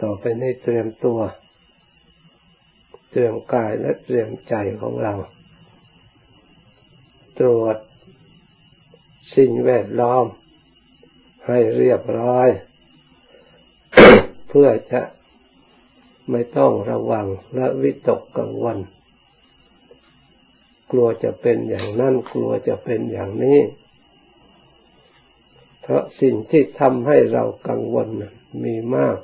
ต่อไปนี้เตรียมตัวเตรียมกายและเตรียมใจของเราตรวจสิ่งแวดล้อมให้เรียบร้อย เพื่อจะไม่ต้องระวังและวิตกกังวลกลัวจะเป็นอย่างนั้นกลัวจะเป็นอย่างนี้เพราะสิ่งที่ทำให้เรากังวลมีมาก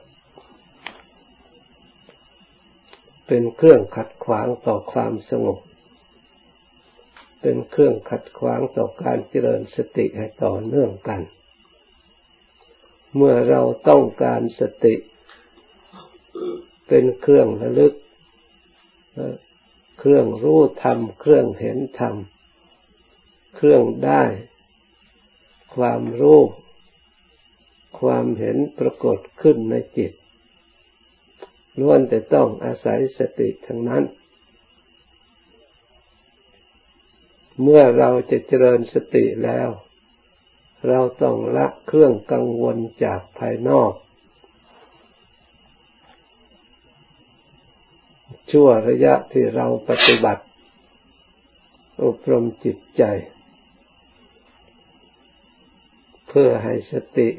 เป็นเครื่องขัดขวางต่อความสงบเป็นเครื่องขัดขวางต่อการเจริญสติให้ต่อเนื่องกันเมื่อเราต้องการสติเป็นเครื่องระลึกเครื่องรู้ธรรมเครื่องเห็นธรรมเครื่องได้ความรู้ความเห็นปรากฏขึ้นในจิตล้วนแต่ต้องอาศัยสติทั้งนั้นเมื่อเราจะเจริญสติแล้วเราต้องละเครื่องกังวลจากภายนอกชั่วระยะที่เราปฏิบัติอบรมจิตใจเพื่อให้สติ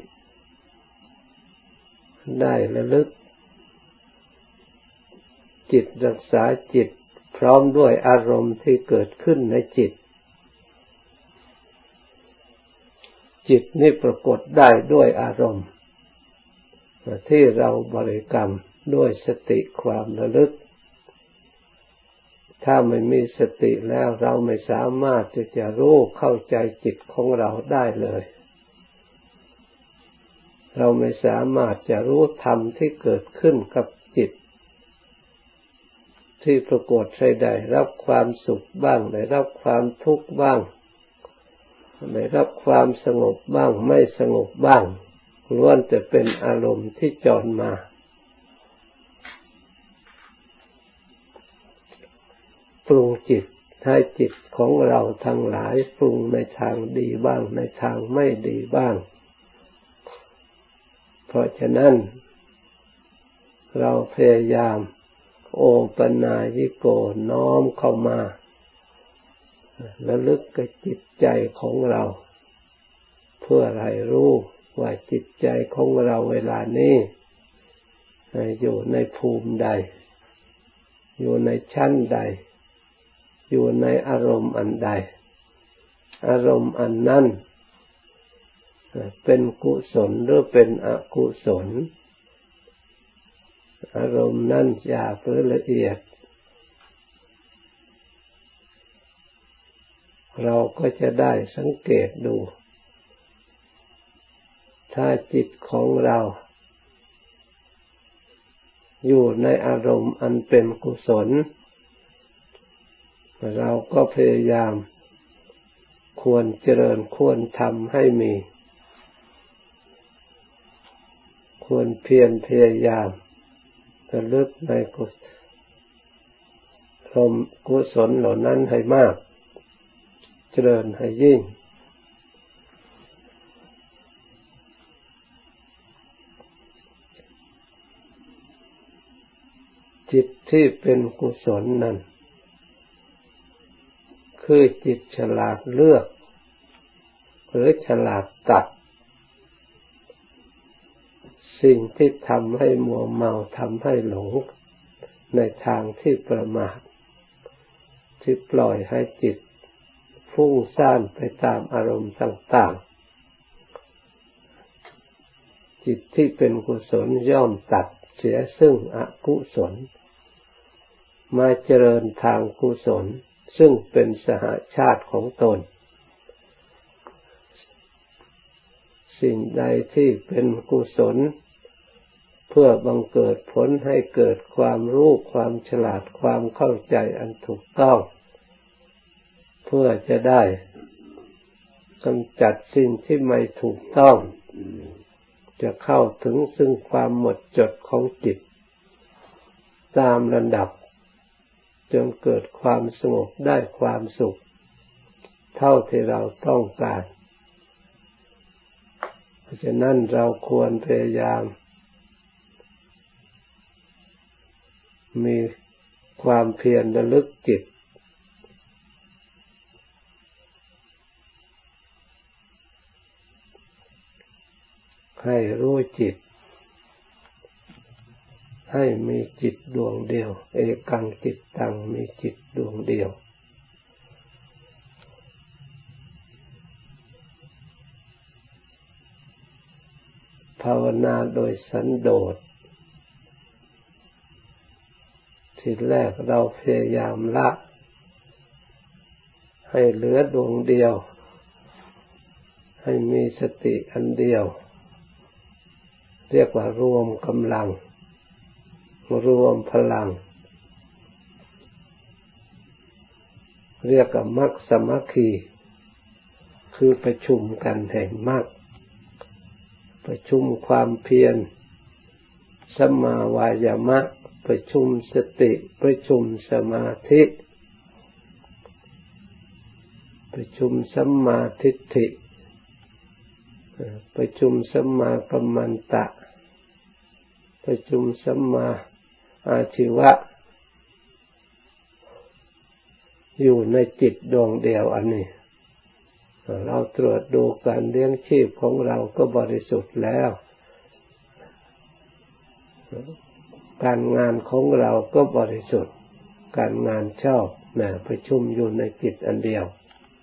ได้ระลึกจิตรักษาจิตพร้อมด้วยอารมณ์ที่เกิดขึ้นในจิตจิตนี้ปรากฏได้ด้วยอารมณ์ที่เราบริกรรมด้วยสติความระลึกถ้าไม่มีสติแล้วเราไม่สามารถที่จะรู้เข้าใจจิตของเราได้เลยเราไม่สามารถจะรู้ธรรมที่เกิดขึ้นกับจิตที่ปรากฏให้ได้รับความสุขบ้างได้รับความทุกข์บ้างได้รับความสงบบ้างไม่สงบบ้างล้วนแต่เป็นอารมณ์ที่จรมาปรุงจิตให้จิตของเราทั้งหลายปรุงในทางดีบ้างในทางไม่ดีบ้างเพราะฉะนั้นเราพยายามโอปนัญญิโกน้อมเข้ามาระลึกกับจิตใจของเราเพื่อให้รู้ว่าจิตใจของเราเวลานี้อยู่ในภูมิใดอยู่ในชั้นใดอยู่ในอารมณ์อันใดอารมณ์อันนั้นเป็นกุศลหรือเป็นอกุศลอารมณ์นั้นหยาบหรือละเอียดเราก็จะได้สังเกตดูถ้าจิตของเราอยู่ในอารมณ์อันเป็นกุศลเราก็พยายามควรเจริญควรทำให้มีควรเพียรพยายามระลึกในกุศลเหล่านั้นให้มากเจริญให้ยิ่งจิตที่เป็นกุศลนั้นคือจิตฉลาดเลือกหรือฉลาดตัดสิ่งที่ทำให้มัวเมาทำให้หลงในทางที่ประมาทที่ปล่อยให้จิตฟุ้งซ่านไปตามอารมณ์ต่างๆจิตที่เป็นกุศลย่อมตัดเสียซึ่งอกุศลมาเจริญทางกุศลซึ่งเป็นสหชาติของตนสิ่งใดที่เป็นกุศลเพื่อบังเกิดผลให้เกิดความรู้ความฉลาดความเข้าใจอันถูกต้องเพื่อจะได้กำจัดสิ่งที่ไม่ถูกต้องจะเข้าถึงซึ่งความหมดจดของจิตตามระดับจนเกิดความสงบได้ความสุขเท่าที่เราต้องการเพราะฉะนั้นเราควรพยายามมีความเพียรระลึกจิตให้รู้จิตให้มีจิตดวงเดียวเอกังจิตตังมีจิตดวงเดียวภาวนาโดยสันโดษทีแรกเราพยายามละให้เหลือดวงเดียวให้มีสติอันเดียวเรียกว่ารวมกำลังรวมพลังเรียกว่ามรรคสามัคคีคือประชุมกันแห่งมรรคประชุมความเพียรสัมมาวายามะประชุมสติประชุมสมาธิประชุมสัมมาทิฏฐิประชุมสัมมากัมมันตะประชุมสัมมาอาชีวะอยู่ในจิตดวงเดียวอันนี้เราตรวจดูการเลี้ยงชีพของเราก็บริสุทธิ์แล้วการงานของเราก็บริสุทธิ์การงานชอบประชุมอยู่ในจิตอันเดียว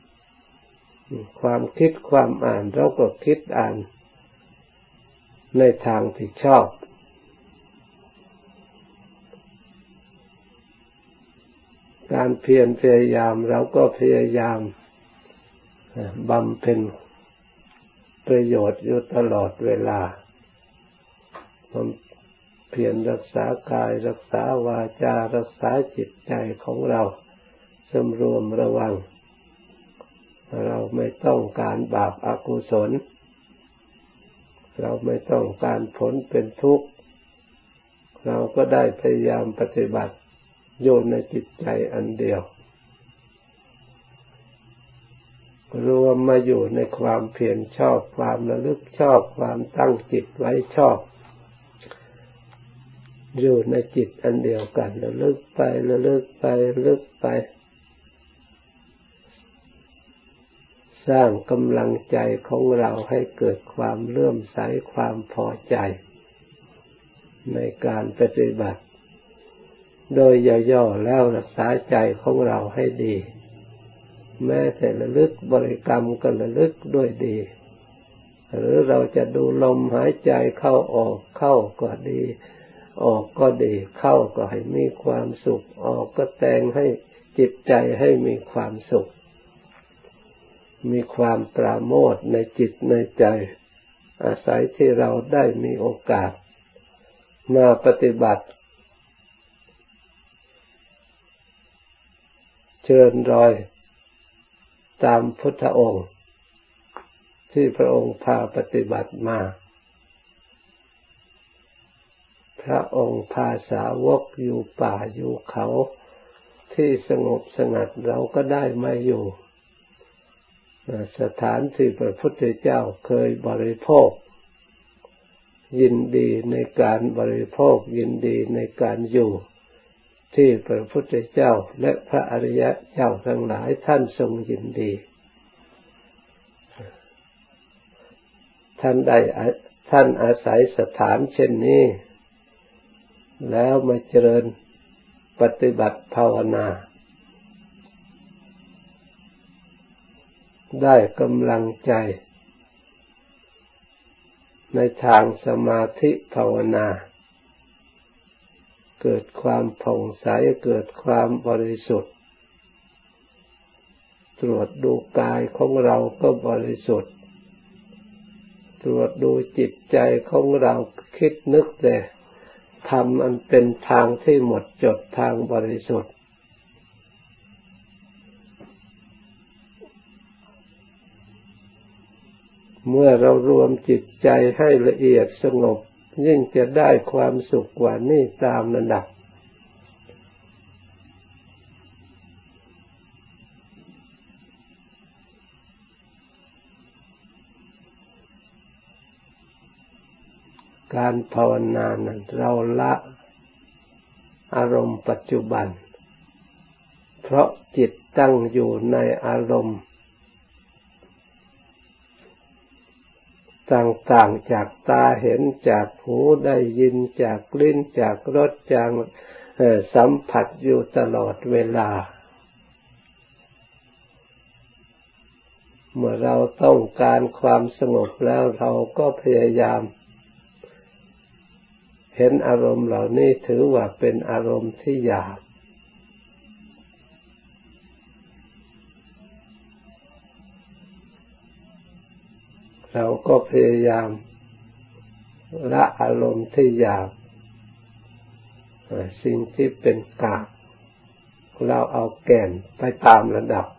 ความคิดความอ่านเราก็คิดอ่านในทางที่ชอบการเพียรพยายามเราก็พยายามบำเพ็ญประโยชน์อยู่ตลอดเวลาเพียรรักษากายรักษาวาจารักษาจิตใจของเราสำรวมระวังเราไม่ต้องการบาปอกุศลเราไม่ต้องการผลเป็นทุกข์เราก็ได้พยายามปฏิบัติอยู่ในจิตใจอันเดียวรวมมาอยู่ในความเพียรชอบความระลึกชอบความตั้งจิตไว้ชอบอยู่ในจิตอันเดียวกันระลึกไประลึกไประลึกไปสร้างกำลังใจของเราให้เกิดความเลื่อมใสความพอใจในการปฏิบัติโดยย่อๆแล้วรักษาใจของเราให้ดีแม้แต่ระลึกบริกรรมก็ระลึกด้วยดีหรือเราจะดูลมหายใจเข้าออกเข้าก็ดีออกก็ดีเข้าก็ให้มีความสุขออกก็แต่งให้จิตใจให้มีความสุขมีความปราโมทย์ในจิตในใจอาศัยที่เราได้มีโอกาสมาปฏิบัติเชิญรอยตามพุทธองค์ที่พระองค์พาปฏิบัติมาพระองค์พาสาวกอยู่ป่าอยู่เขาที่สงบสงัดเราก็ได้มาอยู่สถานที่พระพุทธเจ้าเคยบริโภคยินดีในการบริโภคยินดีในการอยู่ที่พระพุทธเจ้าและพระอริยเจ้าทั้งหลายท่านทรงยินดีท่านอาศัยสถานเช่นนี้แล้วมาเจริญปฏิบัติภาวนาได้กำลังใจในทางสมาธิภาวนาเกิดความผ่องใสเกิดความบริสุทธิ์ตรวจดูกายของเราก็บริสุทธิ์ตรวจดูจิตใจของเราคิดนึกแต่ทำอันเป็นทางที่หมดจดทางบริสุทธิ์เมื่อเรารวมจิตใจให้ละเอียดสงบยิ่งจะได้ความสุขกว่านี้ตามระดับการภาวนานั้นเราละอารมณ์ปัจจุบันเพราะจิตตั้งอยู่ในอารมณ์ต่างๆจากตาเห็นจากหูได้ยินจากลิ้นจากรสจากสัมผัสอยู่ตลอดเวลาเมื่อเราต้องการความสงบแล้วเราก็พยายามเห็นอารมณ์เหล่านี้ถือว่าเป็นอารมณ์ที่หยาบเราก็พยายามละอารมณ์ที่หยาบสิ่งที่เป็นกากเราเอาแก่นไปตามระดับ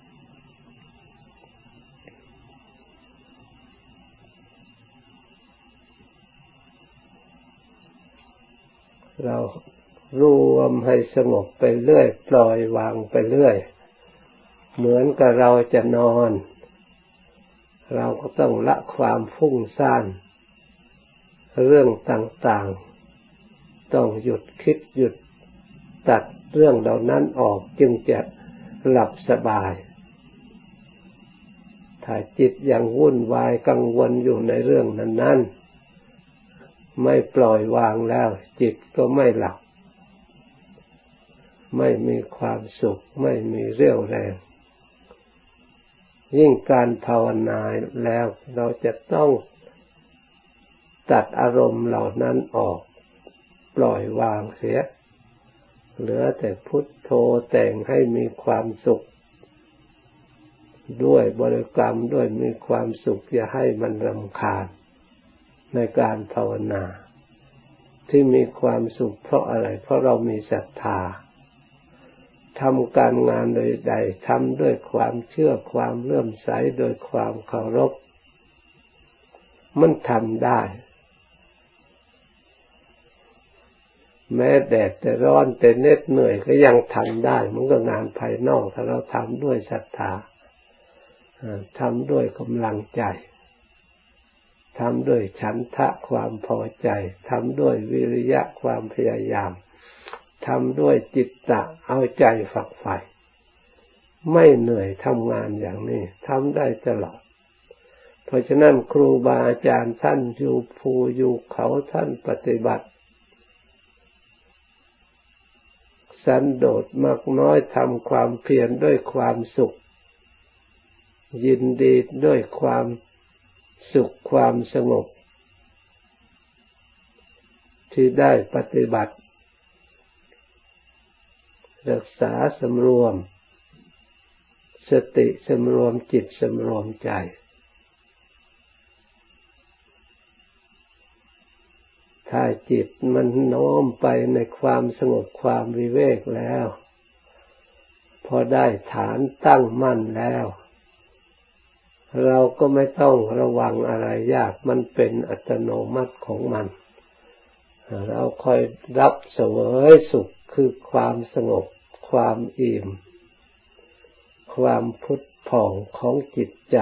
เรารวมให้สงบไปเรื่อยปล่อยวางไปเรื่อยเหมือนกับเราจะนอนเราก็ต้องละความฟุ้งซ่านเรื่องต่างๆต้องหยุดคิดหยุดตัดเรื่องเหล่านั้นออกจึงจะหลับสบายถ้าจิตยังวุ่นวายกังวลอยู่ในเรื่องนั้นๆไม่ปล่อยวางแล้วจิตก็ไม่หลับไม่มีความสุขไม่มีเรี่ยวแรงยิ่งการภาวนาแล้วเราจะต้องตัดอารมณ์เหล่านั้นออกปล่อยวางเสียเหลือแต่พุทโธแต่งให้มีความสุขด้วยบริกรรมด้วยมีความสุขอย่าให้มันรำคาญในการภาวนาที่มีความสุขเพราะอะไรเพราะเรามีศรัทธาทำการงานโดยใดทำด้วยความเชื่อความเลื่อมใสโดยความเคารพมันทำได้แม้แดดจะร้อนแต่เหน็ดเหนื่อยก็ยังทำได้มันก็งานภายนอกถ้าเราทำด้วยศรัทธาทำด้วยกำลังใจทำด้วยฉันทะความพอใจทำด้วยวิริยะความพยายามทำด้วยจิตตะเอาใจฝักใฝ่ไม่เหนื่อยทำงานอย่างนี้ทำได้ตลอดเพราะฉะนั้นครูบาอาจารย์ท่านอยู่ภูอยู่เขาท่านปฏิบัติสันโดษมากน้อยทำความเพียรด้วยความสุขยินดีด้วยความสุขความสงบที่ได้ปฏิบัติรักษาสำรวมสติสำรวมจิตสำรวมใจถ้าจิตมันโน้มไปในความสงบความวิเวกแล้วพอได้ฐานตั้งมั่นแล้วเราก็ไม่ต้องระวังอะไรยากมันเป็นอัตโนมัติของมันเราคอยรับเสวยสุขคือความสงบความอิ่มความพุทธผ่องของจิตใจ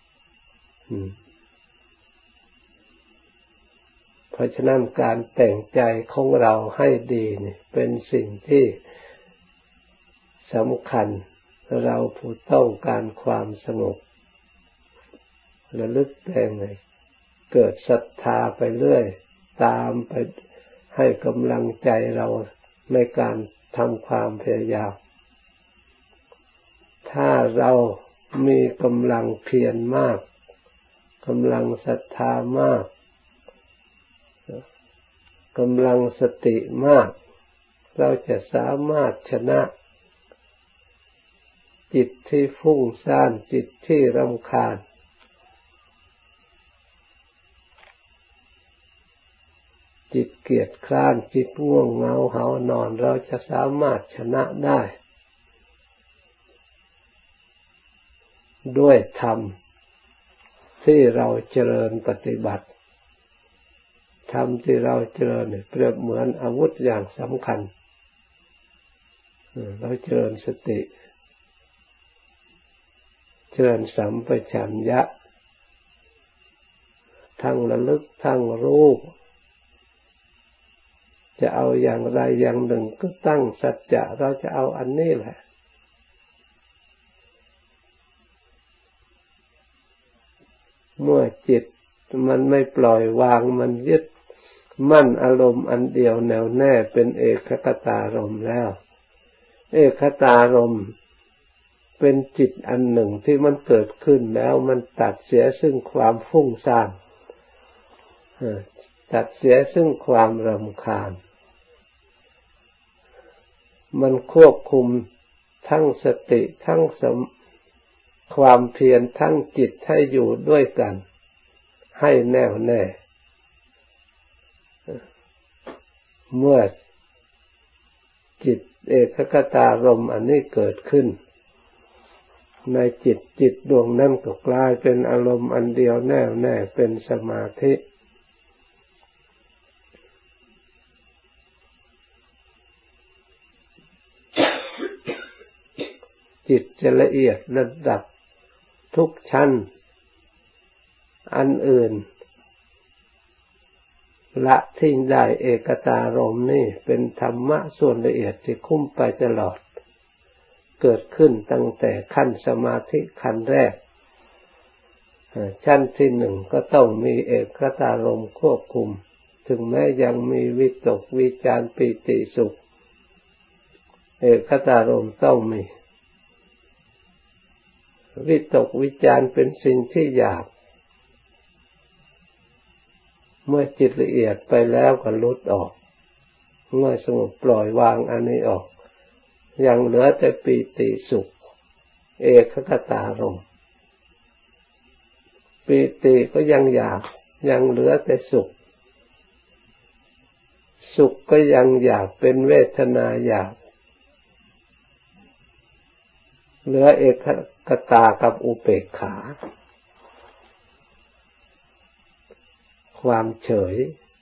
เพราะฉะนั้นการแต่งใจของเราให้ดีนี่เป็นสิ่งที่สำคัญเราผู้ต้องการความสงบระลึกแต่งให้เกิดศรัทธาไปเรื่อยตามไปให้กำลังใจเราในการทำความพยายามถ้าเรามีกำลังเพียรมากกำลังศรัทธามากกำลังสติมากเราจะสามารถชนะจิตที่ฟุ้งซ่านจิตที่รำคาญจิตเกียจคร้านจิตง่วงเหงาหาวนอนเราจะสามารถชนะได้ด้วยธรรมที่เราเจริญปฏิบัติธรรมที่เราเจริญเปรียบเหมือนอาวุธอย่างสำคัญเราเจริญสติเจริญสัมปชัญญะทั้งระลึกทั้งรู้จะเอาอย่างไรอย่างหนึ่งก็ตั้งสัจจะเราจะเอาอันนี้แหละเมื่อจิตมันไม่ปล่อยวางมันยึดมั่นอารมณ์อันเดียวแน่วแน่เป็นเอกคตารมณ์แล้วเอกคตารมณ์เป็นจิตอันหนึ่งที่มันเกิดขึ้นแล้วมันตัดเสียซึ่งความฟุ้งซ่านตัดเสียซึ่งความรำคาญมันควบคุมทั้งสติทั้งความเพียรทั้งจิตให้อยู่ด้วยกันให้แน่วแน่เมื่อจิตเอกคตารมณ์อันนี้เกิดขึ้นในจิตดวงนั้นก็กลายเป็นอารมณ์อันเดียวแน่วแน่เป็นสมาธิจิตจะละเอียดระดับทุกชั้นอันอื่นละทิ้งได้เอกตารมณ์นี่เป็นธรรมะส่วนละเอียดที่คุ้มไปตลอดเกิดขึ้นตั้งแต่ขั้นสมาธิขั้นแรกชั้นที่หนึ่งก็ต้องมีเอกตารมณ์ควบคุมถึงแม้ยังมีวิตกวิจารปิติสุขเอกตารมณ์ต้องมีวิตกวิจารเป็นสิ่งที่หยาบเมื่อจิตละเอียดไปแล้วก็ลดออกเมื่อสงบปล่อยวางอันนี้ออกยังเหลือแต่ปีติสุขเอกคตารมณ์ปีติก็ยังหยาบยังเหลือแต่สุขสุขก็ยังหยาบเป็นเวทนาหยาบเหลือเอกคตากับอุเบกขาความเฉย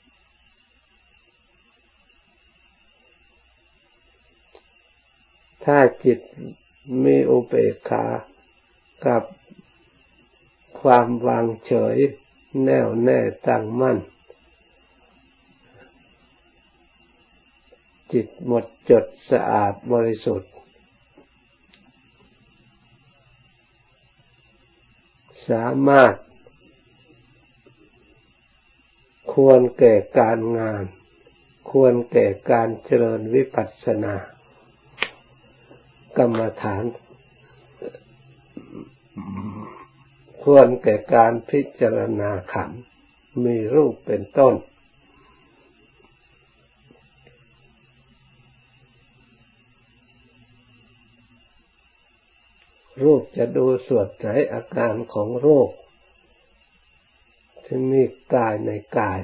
ถ้าจิตมีอุเบกขากับความวางเฉยแน่วแน่ตั้งมั่นจิตหมดจดสะอาดบริสุทธิ์สามารถควรแก่การงานควรแก่การเจริญวิปัสสนากรรมฐานควรแก่การพิจารณาขันธ์มีรูปเป็นต้นรูปจะดูส่วนไหนอาการของโรคที่มีกายในกาย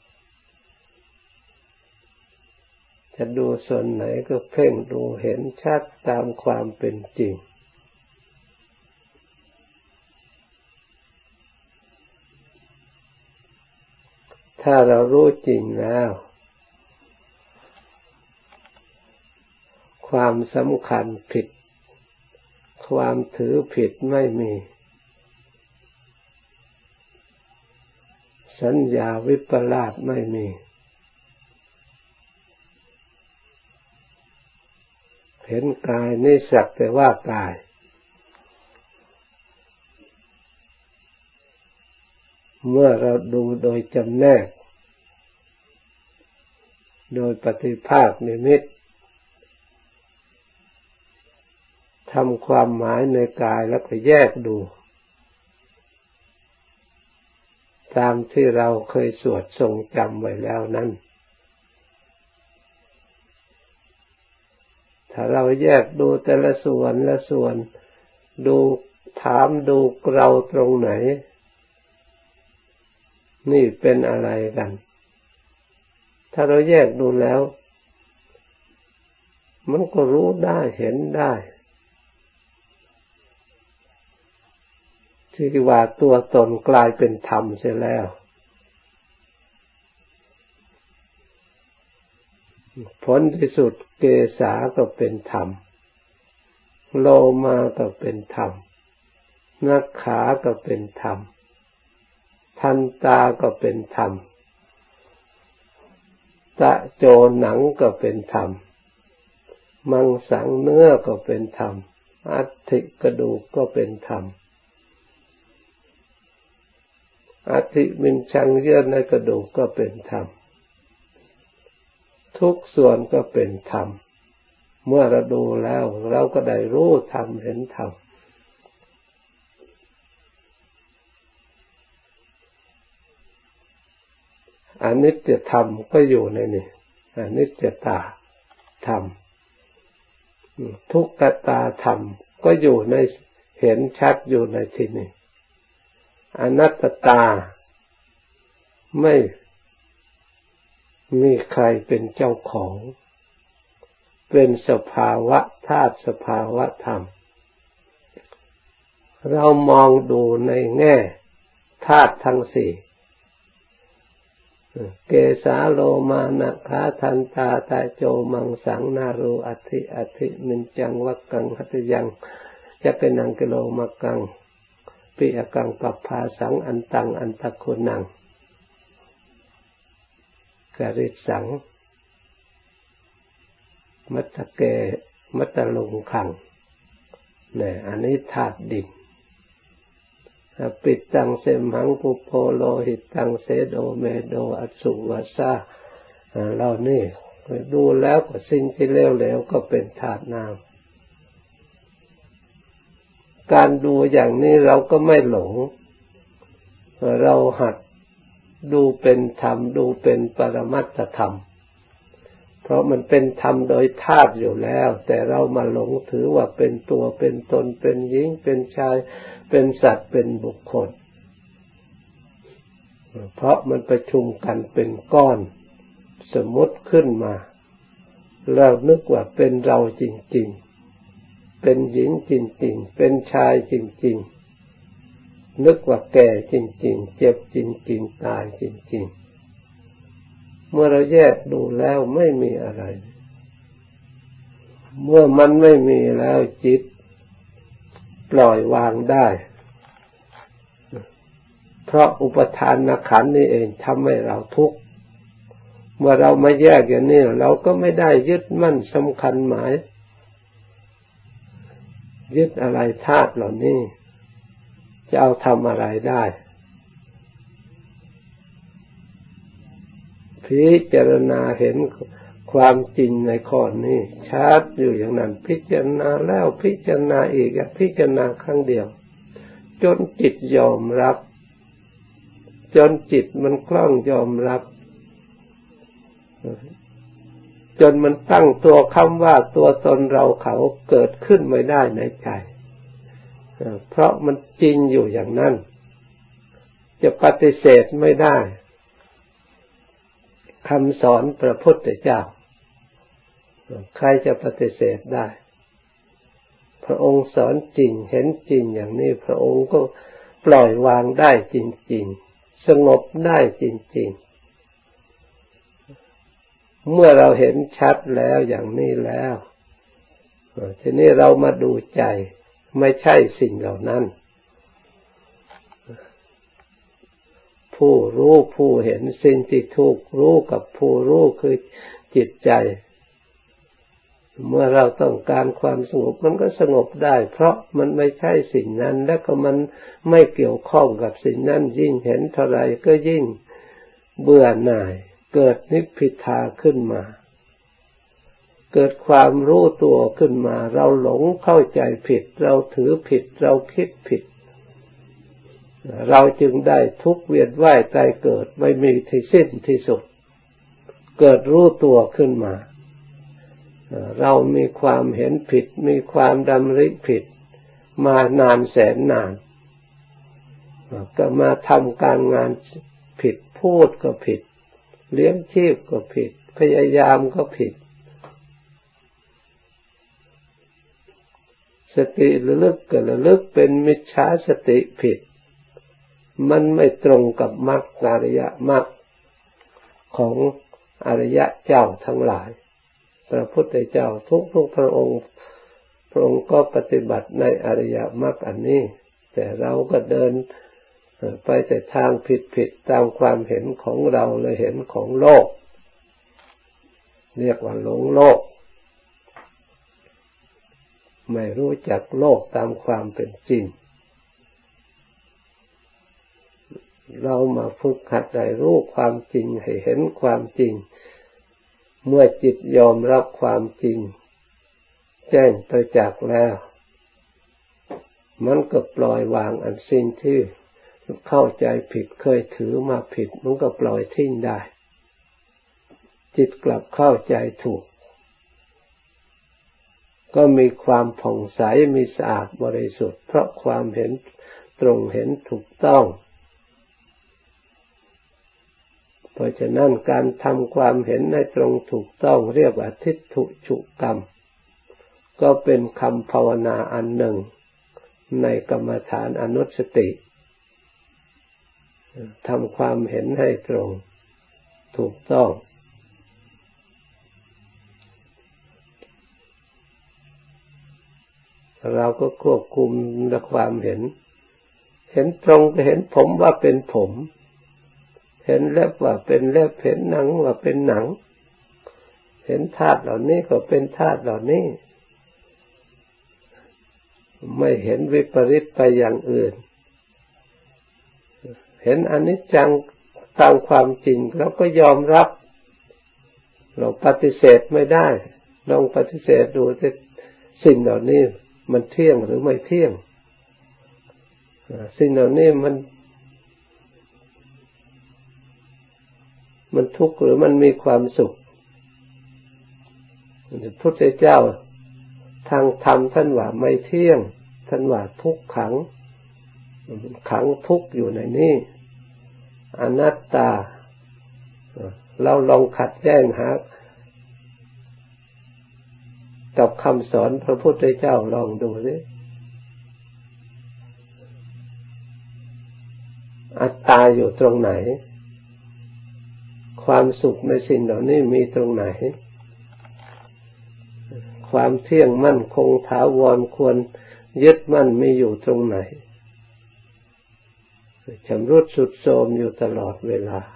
จะดูส่วนไหนก็เพ่งดูเห็นชัดตามความเป็นจริงถ้าเรารู้จริงแล้วความสำคัญผิดความถือผิดไม่มีสัญญาวิปลาสไม่มีเห็นกายนี่สักแต่ว่ากายเมื่อเราดูโดยจำแนกโดยปฏิภาคนิมิตทำความหมายในกายแล้วก็แยกดูตามที่เราเคยสวดทรงจำไว้แล้วนั้นถ้าเราแยกดูแต่ละส่วนละส่วนดูถามดูเราตรงไหนนี่เป็นอะไรกันถ้าเราแยกดูแล้วมันก็รู้ได้เห็นได้ที่ว่าตัวตนกลายเป็นธรรมเสียแล้วผลที่สุดเกสาก็เป็นธรรมโลมาก็เป็นธรรมนักขาก็เป็นธรรมทันตาก็เป็นธรรมตะโจหนังก็เป็นธรรมมังสังเนื้อก็เป็นธรรมอัฐิกระดูกก็เป็นธรรมอัฐิมินชังเยื่อในกระดูกก็เป็นธรรมทุกส่วนก็เป็นธรรมเมื่อเราดูแล้วเราก็ได้รู้ธรรมเห็นธรรมอนิจจธรรมก็อยู่ในนี้อนิจจตาธรรมทุกขตาธรรมก็อยู่ในเห็นชัดอยู่ในที่นี้อนัตตาไม่มีใครเป็นเจ้าของเป็นสภาวะธาตุสภาวะธรรมเรามองดูในแง่ธาตุทั้งสี่เกสาโลมานะขาทันตาตาโจมังสังนารูอัติมินจังวักกังหัตยังจะเป็นนังกิโลมะกังปิอกังปัปภาสังอันตังอันตะโคนังกริสังมัตตะเกมัตตะลงขังเนี่ยอันนี้ธาตุดินปิดตังเสมหังปุโพโลหิตตังเสโดเมโดอสุวัสสะเรานี่ดูแล้วก็สิ่งที่เลวๆก็เป็นธาตุน้ำการดูอย่างนี้เราก็ไม่หลงเราหัดดูเป็นธรรมดูเป็นปรมัตถธรรมเพราะมันเป็นธรรมโดยธาตุอยู่แล้วแต่เรามาหลงถือว่าเป็นตัวเป็นตนเป็นหญิงเป็นชายเป็นสัตว์เป็นบุคคลเพราะมันประชุมกันเป็นก้อนสมมติขึ้นมาแล้วนึกว่าเป็นเราจริงๆเป็นหญิงจริงๆเป็นชายจริงๆนึกว่าแก่จริงๆเจ็บจริงๆตายจริงๆเมื่อเราแยกดูแล้วไม่มีอะไรเมื่อมันไม่มีแล้วจิตปล่อยวางได้เพราะอุปทานขันธ์นี่เองทำให้เราทุกข์เมื่อเรามาแยกอย่างนี้เราก็ไม่ได้ยึดมั่นสำคัญหมายยึดอะไรธาตุเหล่านี้จะเอาทำอะไรได้พิจารณาเห็นความจริงในข้อนี้ชัดอยู่อย่างนั้นพิจารณาแล้วพิจารณาอีกพิจารณาครั้งเดียวจนจิตยอมรับจนจิตมันคล่องยอมรับจนมันตั้งตัวคำว่าตัวตนเราเขาเกิดขึ้นไม่ได้ในใจเพราะมันจริงอยู่อย่างนั้นจะปฏิเสธไม่ได้คำสอนพระพุทธเจ้าใครจะปฏิเสธได้พระองค์สอนจริงเห็นจริงอย่างนี้พระองค์ก็ปล่อยวางได้จริงๆสงบได้จริงๆเมื่อเราเห็นชัดแล้วอย่างนี้แล้วทีนี้เรามาดูใจไม่ใช่สิ่งเหล่านั้นผู้รู้ผู้เห็นสิ่งที่ถูกรู้กับผู้รู้คือจิตใจเมื่อเราต้องการความสงบมันก็สงบได้เพราะมันไม่ใช่สิ่งนั้นและก็มันไม่เกี่ยวข้องกับสิ่งนั้นยิ่งเห็นเท่าไรก็ยิ่งเบื่อหน่ายเกิดนิพพิทาขึ้นมาเกิดความรู้ตัวขึ้นมาเราหลงเข้าใจผิดเราถือผิดเราคิดผิดเราจึงได้ทุกข์เวียนว่ายตายเกิดไม่มีที่สิ้นที่สุดเกิดรู้ตัวขึ้นมาเรามีความเห็นผิดมีความดำริผิดมานานแสนนานก็มาทำการงานผิดพูดก็ผิดเลี้ยงชีพก็ผิดพยายามก็ผิดสติระลึกก็ระลึกเป็นมิจฉาสติผิดมันไม่ตรงกับมรรคอริยมรรคของอริยเจ้าทั้งหลายพระพุทธเจ้าทุกพระองค์ก็ปฏิบัติในอริยมรรคอันนี้แต่เราก็เดินไปแต่ทางผิดตามความเห็นของเราเลยเห็นของโลกเรียกว่าหลงโลกไม่รู้จักโลกตามความเป็นจริงเรามาฝึกหัดให้รู้ความจริงให้เห็นความจริงเมื่อจิตยอมรับความจริงแจ้งประจักษ์แล้วมันก็ปล่อยวางอันสิ่งที่เข้าใจผิดเคยถือมาผิดมันก็ปล่อยทิ้งได้จิตกลับเข้าใจถูกก็มีความผ่องใสมีสะอาดบริสุทธิ์เพราะความเห็นตรงเห็นถูกต้องเพราะฉะนั้นการทำความเห็นในตรงถูกต้องเรียกว่าทิฏฐุฉุกรรมก็เป็นคำภาวนาอันหนึ่งในกรรมฐานอนุสติทำความเห็นให้ตรงถูกต้องเราก็ควบคุมความเห็นตรงก็เห็นผมว่าเป็นผมเห็นเล็บว่าเป็นเล็บเห็นหนังว่าเป็นหนังเห็นธาตุเหล่านี้ก็เป็นธาตุเหล่านี้ไม่เห็นวิปริตไปอย่างอื่นเห็นอนิจจังตามความจริงเราก็ยอมรับเราปฏิเสธไม่ได้ลองปฏิเสธดูที่สิ่งเหล่านี้มันเที่ยงหรือไม่เที่ยงสิ่งเหล่านี้มันทุกข์หรือมันมีความสุขพระพุทธเจ้าทางธรรมท่านว่าไม่เที่ยงท่านว่าทุกขังขังทุกข์อยู่ในนี้อนัตตาเราลองขัดแย้งหากับคำสอนพระพุทธเจ้าลองดูสิอัตตาอยู่ตรงไหนความสุขในสิ่งเหล่านี้มีตรงไหนความเที่ยงมั่นคงถาวรควรยึดมั่นมีอยู่ตรงไหนชำรุดทรุดโทรมอยู่ตลอดเวลา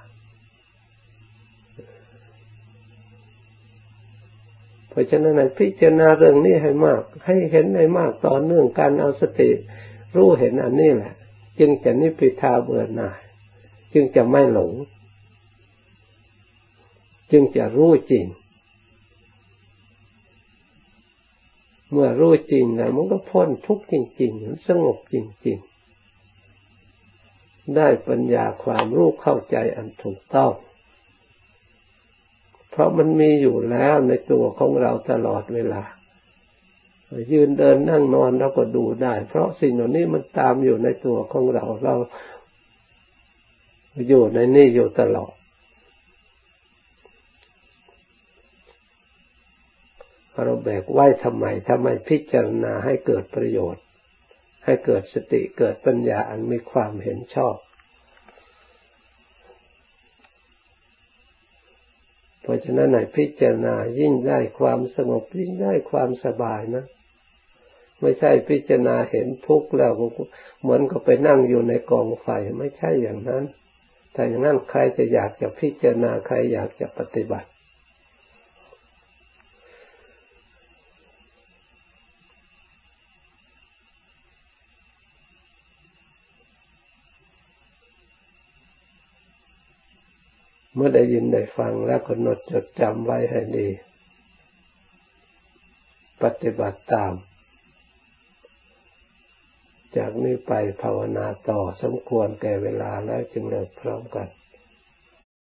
เพราะฉะนั้นให้พิจารณาเรื่องนี้ให้มากให้เห็นให้มากต่อเนื่องการเอาสติรู้เห็นอันนี้แหละจึงจะนิพพิทาเบื่อหน่ายจึงจะไม่หลงจึงจะรู้จริงเมื่อรู้จริงแล้วมันก็พ้นทุกข์จริงๆสงบจริงๆได้ปัญญาความรู้เข้าใจอันถูกต้องเพราะมันมีอยู่แล้วในตัวของเราตลอดเวลายืนเดินนั่งนอนเราก็ดูได้เพราะสิ่งเหล่านี้มันตามอยู่ในตัวของเราอยู่ในนี้อยู่ตลอดเราแบกไว้ทำไมพิจารณาให้เกิดประโยชน์ให้เกิดสติเกิดปัญญาอันมีความเห็นชอบเพราะฉะนั้นในพิจารณายิ่งได้ความสงบยิ่งได้ความสบายนะไม่ใช่พิจารณาเห็นทุกข์แล้วเหมือนกับไปนั่งอยู่ในกองไฟไม่ใช่อย่างนั้นแต่อย่างนั้นใครจะอยากจะพิจารณาใครอยากจะปฏิบัติเมื่อได้ยินได้ฟังแล้วกำหนดจดจำไว้ให้ดีปฏิบัติตามจากนี้ไปภาวนาต่อสมควรแก่เวลาแล้วจึงเลิกพร้อมกัน